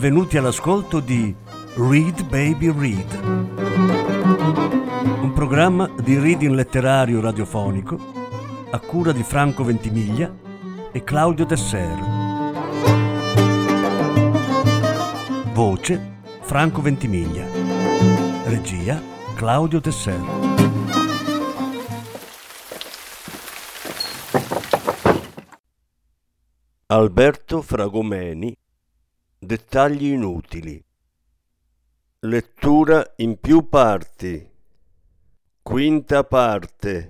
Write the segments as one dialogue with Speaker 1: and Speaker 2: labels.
Speaker 1: benvenuti all'ascolto di Read Baby Read, un programma di reading letterario radiofonico a cura di Franco Ventimiglia e Claudio Desser. Voce Franco Ventimiglia. Regia Claudio Desser.
Speaker 2: Alberto Fragomeni. Dettagli inutili. Lettura in più parti. Quinta parte.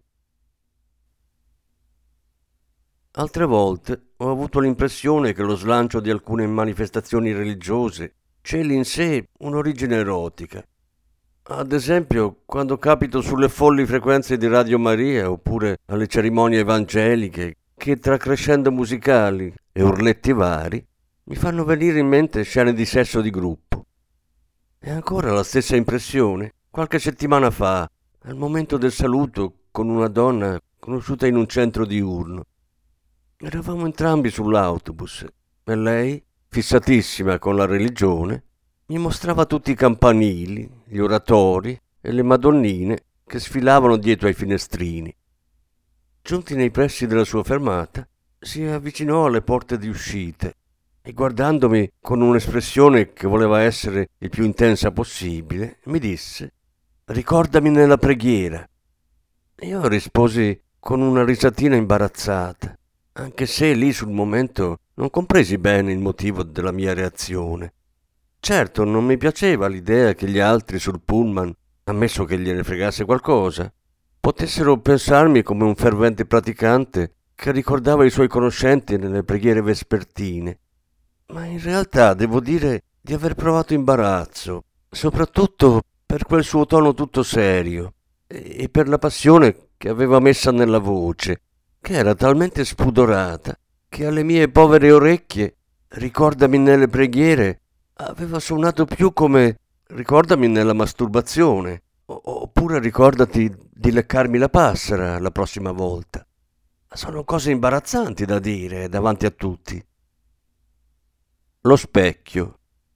Speaker 2: Altre volte ho avuto l'impressione che lo slancio di alcune manifestazioni religiose celi in sé un'origine erotica. Ad esempio, quando capito sulle folli frequenze di Radio Maria oppure alle cerimonie evangeliche che tra crescendo musicali e urletti vari mi fanno venire in mente scene di sesso di gruppo. E ancora la stessa impressione qualche settimana fa, al momento del saluto con una donna conosciuta in un centro diurno. Eravamo entrambi sull'autobus e lei, fissatissima con la religione, mi mostrava tutti i campanili, gli oratori e le madonnine che sfilavano dietro ai finestrini. Giunti nei pressi della sua fermata, si avvicinò alle porte di uscita e guardandomi con un'espressione che voleva essere il più intensa possibile, mi disse: «Ricordami nella preghiera». Io risposi con una risatina imbarazzata, anche se lì sul momento non compresi bene il motivo della mia reazione. Certo, non mi piaceva l'idea che gli altri sul pullman, ammesso che gliene fregasse qualcosa, potessero pensarmi come un fervente praticante che ricordava i suoi conoscenti nelle preghiere vespertine. Ma in realtà devo dire di aver provato imbarazzo, soprattutto per quel suo tono tutto serio e per la passione che aveva messa nella voce, che era talmente spudorata che alle mie povere orecchie «Ricordami nelle preghiere» aveva suonato più come «Ricordami nella masturbazione» oppure «Ricordati di leccarmi la passera la prossima volta». Sono cose imbarazzanti da dire davanti a tutti. Lo specchio.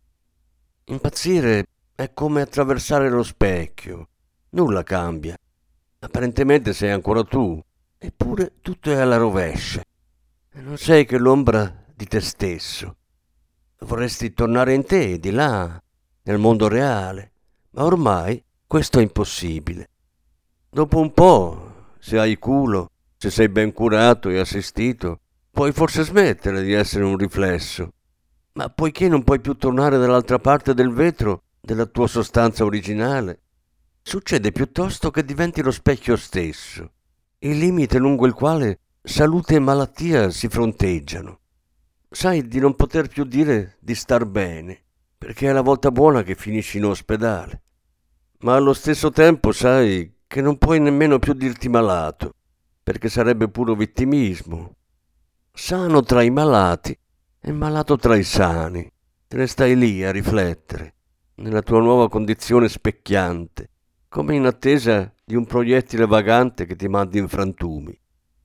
Speaker 2: Impazzire è come attraversare lo specchio. Nulla cambia. Apparentemente sei ancora tu, eppure tutto è alla rovescia. E non sei che l'ombra di te stesso. Vorresti tornare in te, di là, nel mondo reale, ma ormai questo è impossibile. Dopo un po', se hai culo, se sei ben curato e assistito, puoi forse smettere di essere un riflesso. Ma poiché non puoi più tornare dall'altra parte del vetro della tua sostanza originale, succede piuttosto che diventi lo specchio stesso, il limite lungo il quale salute e malattia si fronteggiano. Sai di non poter più dire di star bene, perché è la volta buona che finisci in ospedale. Ma allo stesso tempo sai che non puoi nemmeno più dirti malato, perché sarebbe puro vittimismo. Sano tra i malati e malato tra i sani, te ne stai lì a riflettere, nella tua nuova condizione specchiante, come in attesa di un proiettile vagante che ti mandi in frantumi.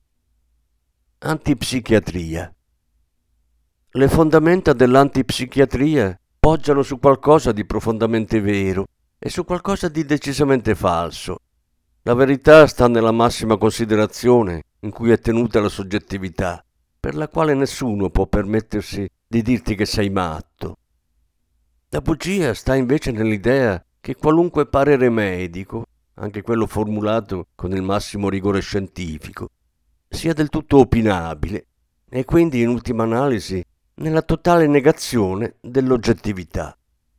Speaker 2: Antipsichiatria. Le fondamenta dell'antipsichiatria poggiano su qualcosa di profondamente vero e su qualcosa di decisamente falso. La verità sta nella massima considerazione in cui è tenuta la soggettività, per la quale nessuno può permettersi di dirti che sei matto. La bugia sta invece nell'idea che qualunque parere medico, anche quello formulato con il massimo rigore scientifico, sia del tutto opinabile e quindi in ultima analisi nella totale negazione dell'oggettività.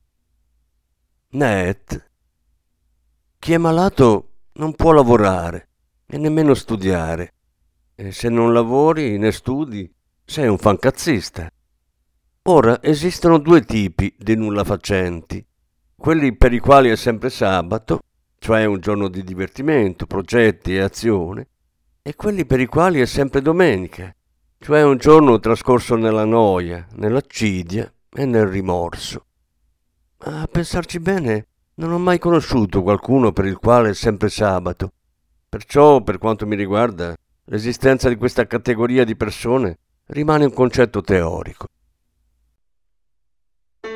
Speaker 2: Net. Chi è malato non può lavorare e nemmeno studiare. E se non lavori né studi, sei un fancazzista. Ora esistono due tipi di nullafacenti: quelli per i quali è sempre sabato, cioè un giorno di divertimento, progetti e azione, e quelli per i quali è sempre domenica, cioè un giorno trascorso nella noia, nell'accidia e nel rimorso. A pensarci bene, non ho mai conosciuto qualcuno per il quale è sempre sabato. Perciò, per quanto mi riguarda, l'esistenza di questa categoria di persone rimane un concetto teorico.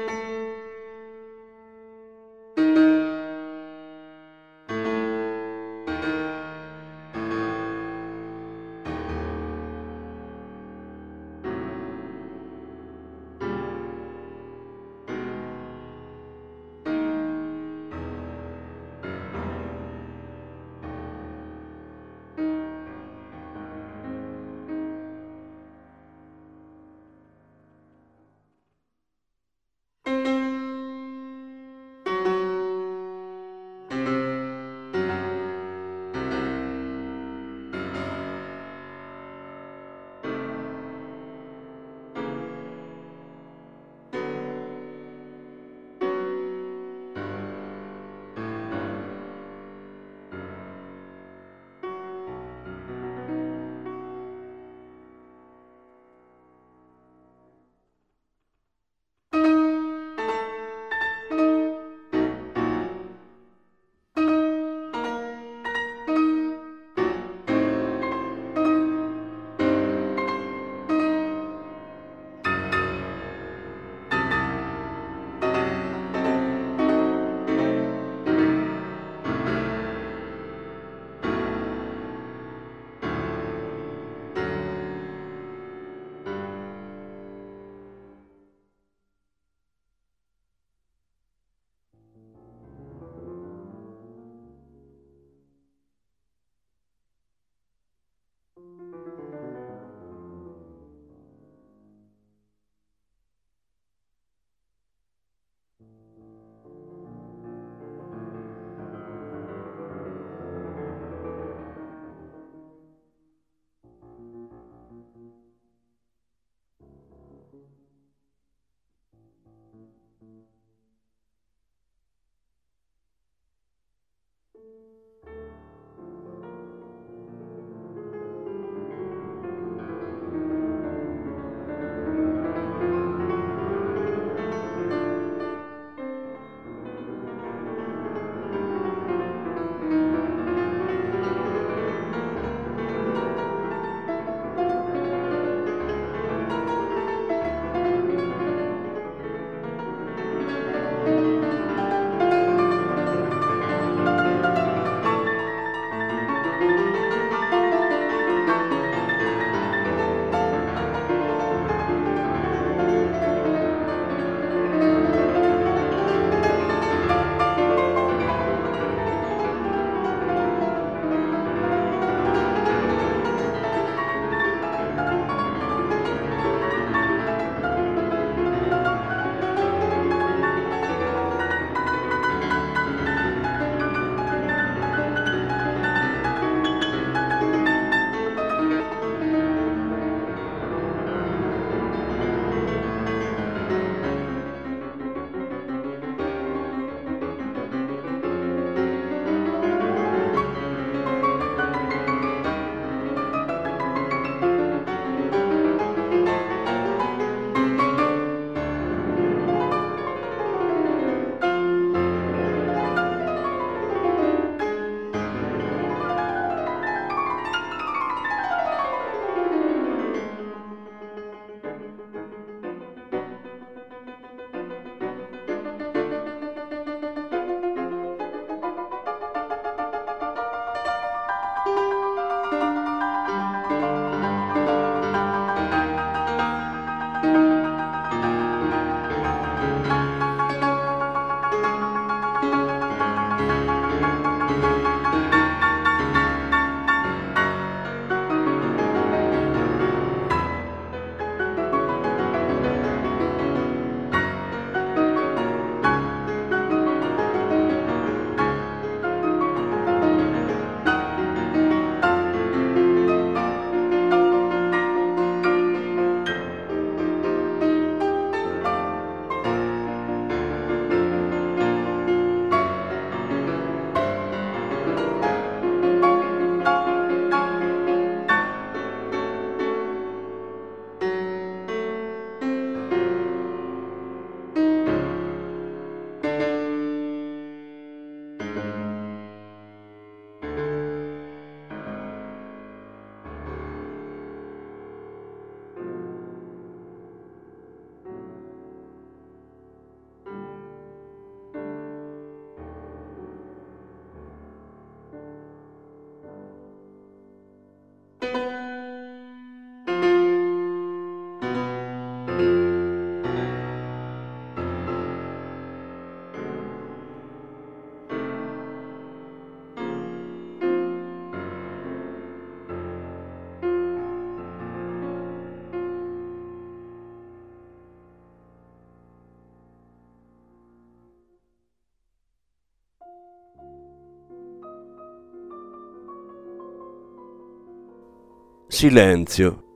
Speaker 2: Silenzio.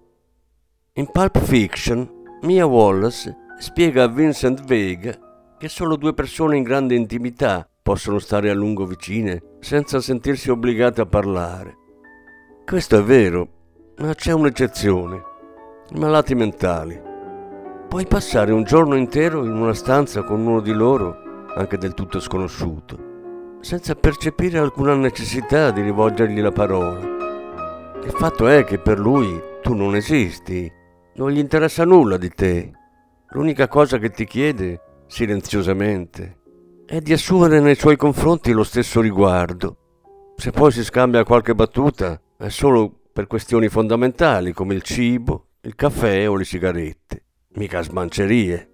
Speaker 2: In Pulp Fiction, Mia Wallace spiega a Vincent Vega che solo due persone in grande intimità possono stare a lungo vicine senza sentirsi obbligate a parlare. Questo è vero, ma c'è un'eccezione: i malati mentali. Puoi passare un giorno intero in una stanza con uno di loro, anche del tutto sconosciuto, senza percepire alcuna necessità di rivolgergli la parola. Il fatto è che per lui tu non esisti, non gli interessa nulla di te. L'unica cosa che ti chiede, silenziosamente, è di assumere nei suoi confronti lo stesso riguardo. Se poi si scambia qualche battuta, è solo per questioni fondamentali come il cibo, il caffè o le sigarette, mica smancerie.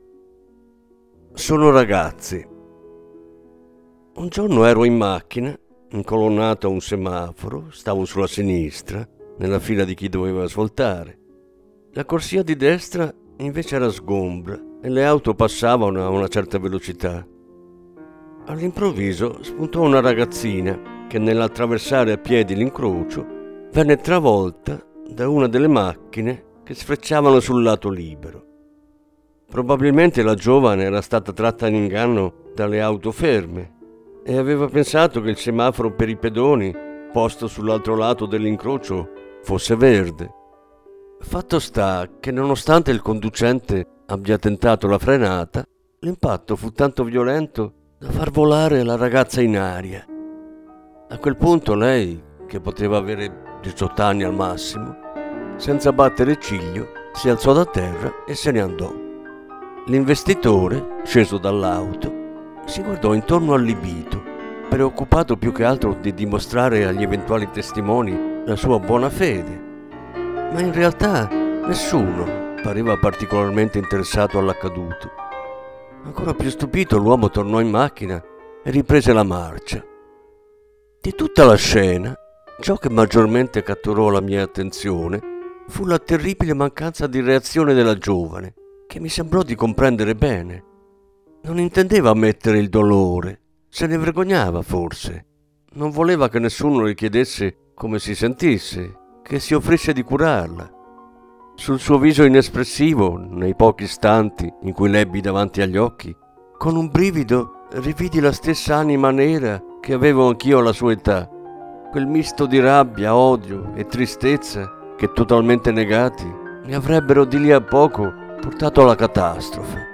Speaker 2: Sono ragazzi. Un giorno ero in macchina, incolonnato a un semaforo, stavo sulla sinistra, nella fila di chi doveva svoltare. La corsia di destra invece era sgombra e le auto passavano a una certa velocità. All'improvviso spuntò una ragazzina che, nell'attraversare a piedi l'incrocio, venne travolta da una delle macchine che sfrecciavano sul lato libero. Probabilmente la giovane era stata tratta in inganno dalle auto ferme. e aveva pensato che il semaforo per i pedoni, posto sull'altro lato dell'incrocio, fosse verde. Fatto sta che nonostante il conducente abbia tentato la frenata, l'impatto fu tanto violento da far volare la ragazza in aria. A quel punto lei, che poteva avere 18 anni al massimo, senza battere ciglio, si alzò da terra e se ne andò. L'investitore, sceso dall'auto, si guardò intorno allibito, preoccupato più che altro di dimostrare agli eventuali testimoni la sua buona fede. Ma in realtà nessuno pareva particolarmente interessato all'accaduto. Ancora più stupito, l'uomo tornò in macchina e riprese la marcia. Di tutta la scena, ciò che maggiormente catturò la mia attenzione fu la terribile mancanza di reazione della giovane, che mi sembrò di comprendere bene. Non intendeva ammettere il dolore, se ne vergognava forse. Non voleva che nessuno le chiedesse come si sentisse, che si offrisse di curarla. Sul suo viso inespressivo, nei pochi istanti in cui l'ebbi davanti agli occhi, con un brivido rividi la stessa anima nera che avevo anch'io alla sua età, quel misto di rabbia, odio e tristezza che, totalmente negati, mi avrebbero di lì a poco portato alla catastrofe.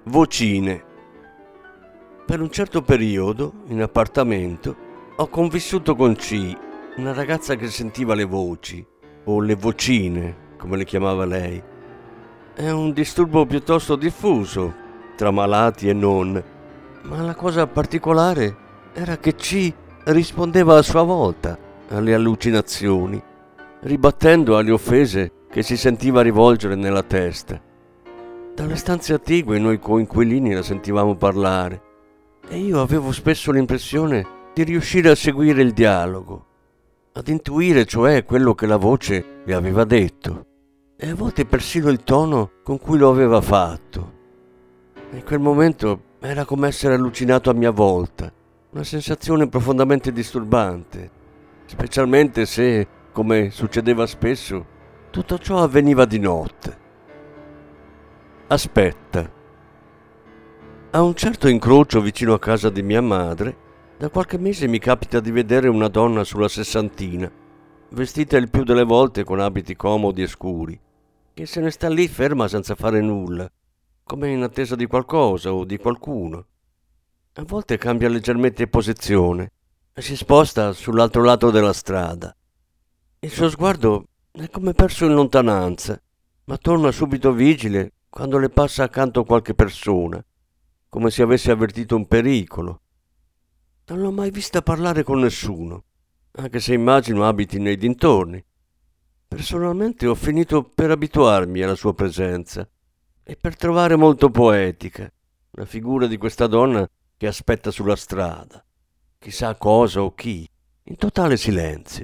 Speaker 2: Vocine. Per un certo periodo, in appartamento, ho convissuto con C, una ragazza che sentiva le voci, o le vocine, come le chiamava lei. È un disturbo piuttosto diffuso, tra malati e non, ma la cosa particolare era che C rispondeva a sua volta alle allucinazioni, ribattendo alle offese che si sentiva rivolgere nella testa. Dalle stanze attigue noi coinquilini la sentivamo parlare e io avevo spesso l'impressione di riuscire a seguire il dialogo, ad intuire cioè quello che la voce le aveva detto e a volte persino il tono con cui lo aveva fatto. In quel momento era come essere allucinato a mia volta, una sensazione profondamente disturbante, specialmente se, come succedeva spesso, tutto ciò avveniva di notte. Aspetta. A un certo incrocio vicino a casa di mia madre, da qualche mese mi capita di vedere una donna sulla sessantina, vestita il più delle volte con abiti comodi e scuri, che se ne sta lì ferma senza fare nulla, come in attesa di qualcosa o di qualcuno. A volte cambia leggermente posizione e si sposta sull'altro lato della strada. Il suo sguardo è come perso in lontananza, ma torna subito vigile quando le passa accanto qualche persona, come se avesse avvertito un pericolo. Non l'ho mai vista parlare con nessuno, anche se immagino abiti nei dintorni. Personalmente ho finito per abituarmi alla sua presenza e per trovare molto poetica la figura di questa donna che aspetta sulla strada, chissà cosa o chi, in totale silenzio.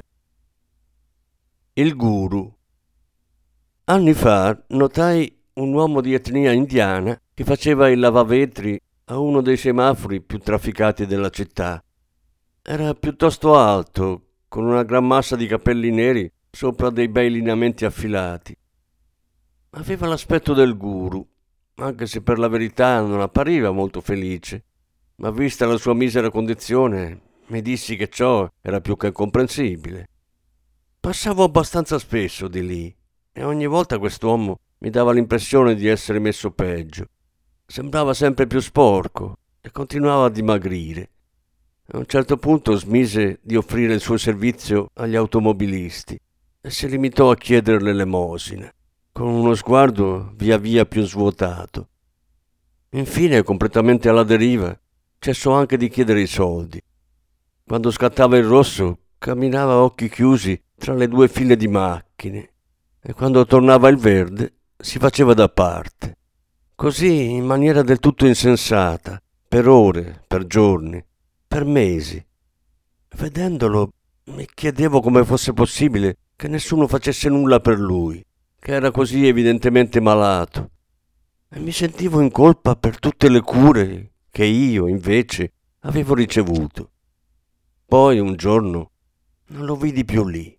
Speaker 2: Il guru. Anni fa notai un uomo di etnia indiana che faceva il lavavetri a uno dei semafori più trafficati della città. Era piuttosto alto, con una gran massa di capelli neri sopra dei bei lineamenti affilati. Aveva l'aspetto del guru, anche se per la verità non appariva molto felice, ma vista la sua misera condizione mi dissi che ciò era più che comprensibile. Passavo abbastanza spesso di lì e ogni volta quest'uomo mi dava l'impressione di essere messo peggio. Sembrava sempre più sporco e continuava a dimagrire. A un certo punto smise di offrire il suo servizio agli automobilisti e si limitò a chiedere l'elemosina, con uno sguardo via via più svuotato. Infine, completamente alla deriva, cessò anche di chiedere i soldi. Quando scattava il rosso, camminava a occhi chiusi tra le due file di macchine e quando tornava il verde si faceva da parte. Così, in maniera del tutto insensata, per ore, per giorni, per mesi. Vedendolo, mi chiedevo come fosse possibile che nessuno facesse nulla per lui, che era così evidentemente malato, e mi sentivo in colpa per tutte le cure che io, invece, avevo ricevuto. Poi, un giorno, non lo vidi più lì.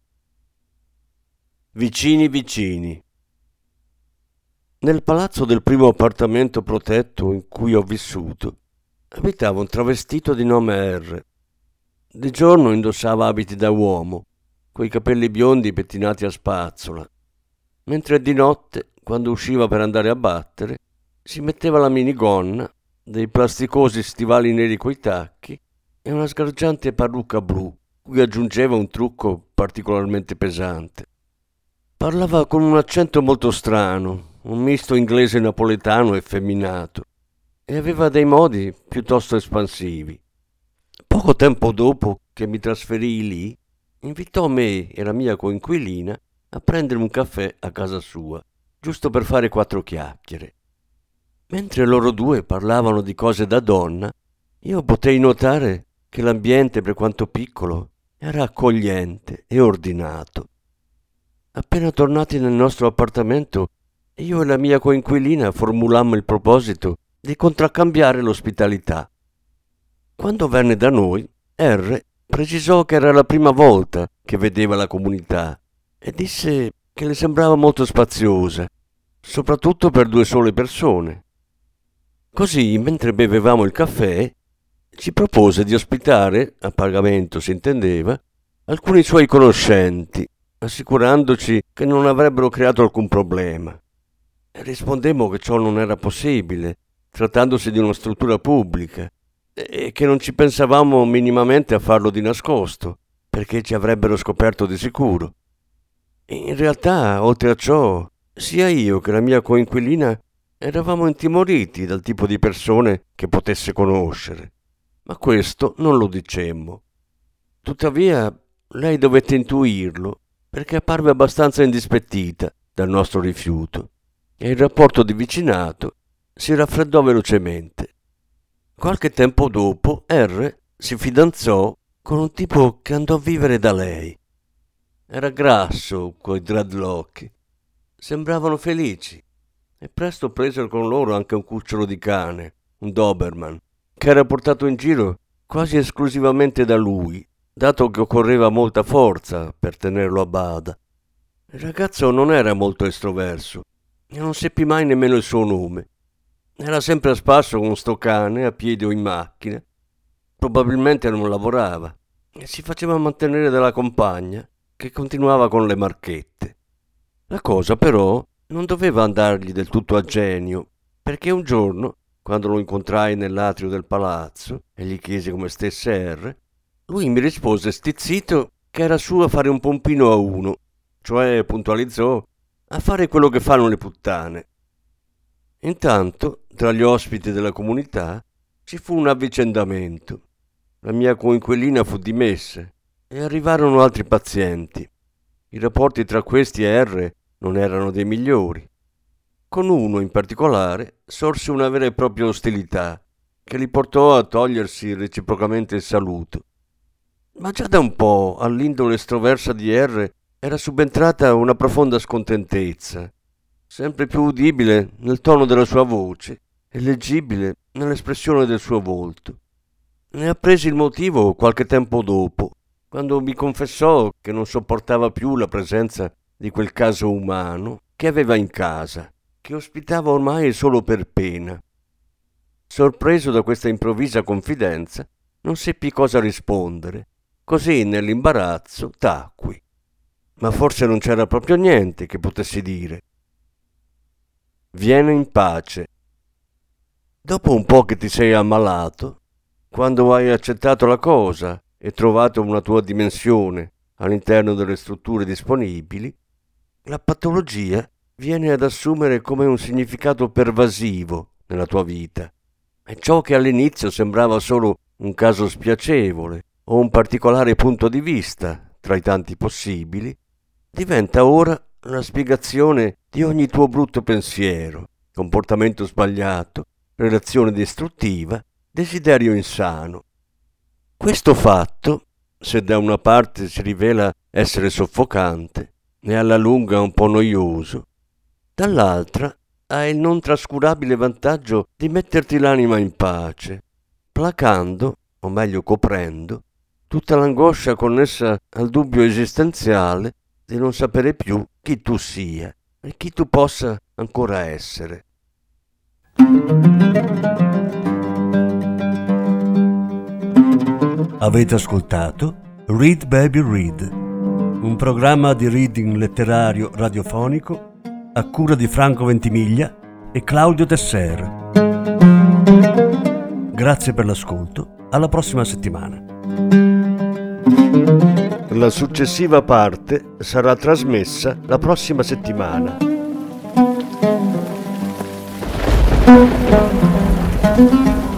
Speaker 2: Vicini vicini. Nel palazzo del primo appartamento protetto in cui ho vissuto abitava un travestito di nome R. Di giorno indossava abiti da uomo, coi capelli biondi pettinati a spazzola, mentre di notte, quando usciva per andare a battere, si metteva la minigonna, dei plasticosi stivali neri coi tacchi e una sgargiante parrucca blu, cui aggiungeva un trucco particolarmente pesante. Parlava con un accento molto strano, un misto inglese napoletano effeminato, e aveva dei modi piuttosto espansivi. Poco tempo dopo che mi trasferii lì, invitò me e la mia coinquilina a prendere un caffè a casa sua, giusto per fare 4 chiacchiere. Mentre loro due parlavano di cose da donna, io potei notare che l'ambiente, per quanto piccolo, era accogliente e ordinato. Appena tornati nel nostro appartamento, io e la mia coinquilina formulammo il proposito di contraccambiare l'ospitalità. Quando venne da noi, R precisò che era la prima volta che vedeva la comunità e disse che le sembrava molto spaziosa, soprattutto per 2 sole persone. Così, mentre bevevamo il caffè, ci propose di ospitare, a pagamento si intendeva, alcuni suoi conoscenti, assicurandoci che non avrebbero creato alcun problema. Rispondemmo che ciò non era possibile, trattandosi di una struttura pubblica, e che non ci pensavamo minimamente a farlo di nascosto, perché ci avrebbero scoperto di sicuro. In realtà, oltre a ciò, sia io che la mia coinquilina eravamo intimoriti dal tipo di persone che potesse conoscere, ma questo non lo dicemmo. Tuttavia, lei dovette intuirlo, perché apparve abbastanza indispettita dal nostro rifiuto, e il rapporto di vicinato si raffreddò velocemente. Qualche tempo dopo R si fidanzò con un tipo che andò a vivere da lei. Era grasso, coi dreadlock. Sembravano felici, e presto presero con loro anche un cucciolo di cane, un Doberman, che era portato in giro quasi esclusivamente da lui, dato che occorreva molta forza per tenerlo a bada. Il ragazzo non era molto estroverso, e non seppi mai nemmeno il suo nome. Era sempre a spasso con sto cane, a piedi o in macchina. Probabilmente non lavorava, e si faceva mantenere dalla compagna, che continuava con le marchette. La cosa, però, non doveva andargli del tutto a genio, perché un giorno, quando lo incontrai nell'atrio del palazzo e gli chiesi come stesse R, lui mi rispose stizzito che era su a fare un pompino a uno, cioè puntualizzò a fare quello che fanno le puttane. Intanto, tra gli ospiti della comunità, ci fu un avvicendamento. La mia coinquilina fu dimessa e arrivarono altri pazienti. I rapporti tra questi e R non erano dei migliori. Con uno in particolare sorse una vera e propria ostilità che li portò a togliersi reciprocamente il saluto. Ma già da un po' all'indole estroversa di R era subentrata una profonda scontentezza, sempre più udibile nel tono della sua voce e leggibile nell'espressione del suo volto. Ne appresi il motivo qualche tempo dopo, quando mi confessò che non sopportava più la presenza di quel caso umano che aveva in casa, che ospitava ormai solo per pena. Sorpreso da questa improvvisa confidenza, non seppi cosa rispondere. Così, nell'imbarazzo, tacqui. Ma forse non c'era proprio niente che potessi dire. Vieni in pace. Dopo un po' che ti sei ammalato, quando hai accettato la cosa e trovato una tua dimensione all'interno delle strutture disponibili, la patologia viene ad assumere come un significato pervasivo nella tua vita. E ciò che all'inizio sembrava solo un caso spiacevole o un particolare punto di vista tra i tanti possibili, diventa ora la spiegazione di ogni tuo brutto pensiero, comportamento sbagliato, relazione distruttiva, desiderio insano. Questo fatto, se da una parte si rivela essere soffocante e alla lunga un po' noioso, dall'altra ha il non trascurabile vantaggio di metterti l'anima in pace, placando, o meglio coprendo, tutta l'angoscia connessa al dubbio esistenziale di non sapere più chi tu sia e chi tu possa ancora essere.
Speaker 1: Avete ascoltato Read Baby Read, un programma di reading letterario radiofonico a cura di Franco Ventimiglia e Claudio Tesser. Grazie per l'ascolto, alla prossima settimana.
Speaker 2: La successiva parte sarà trasmessa la prossima settimana.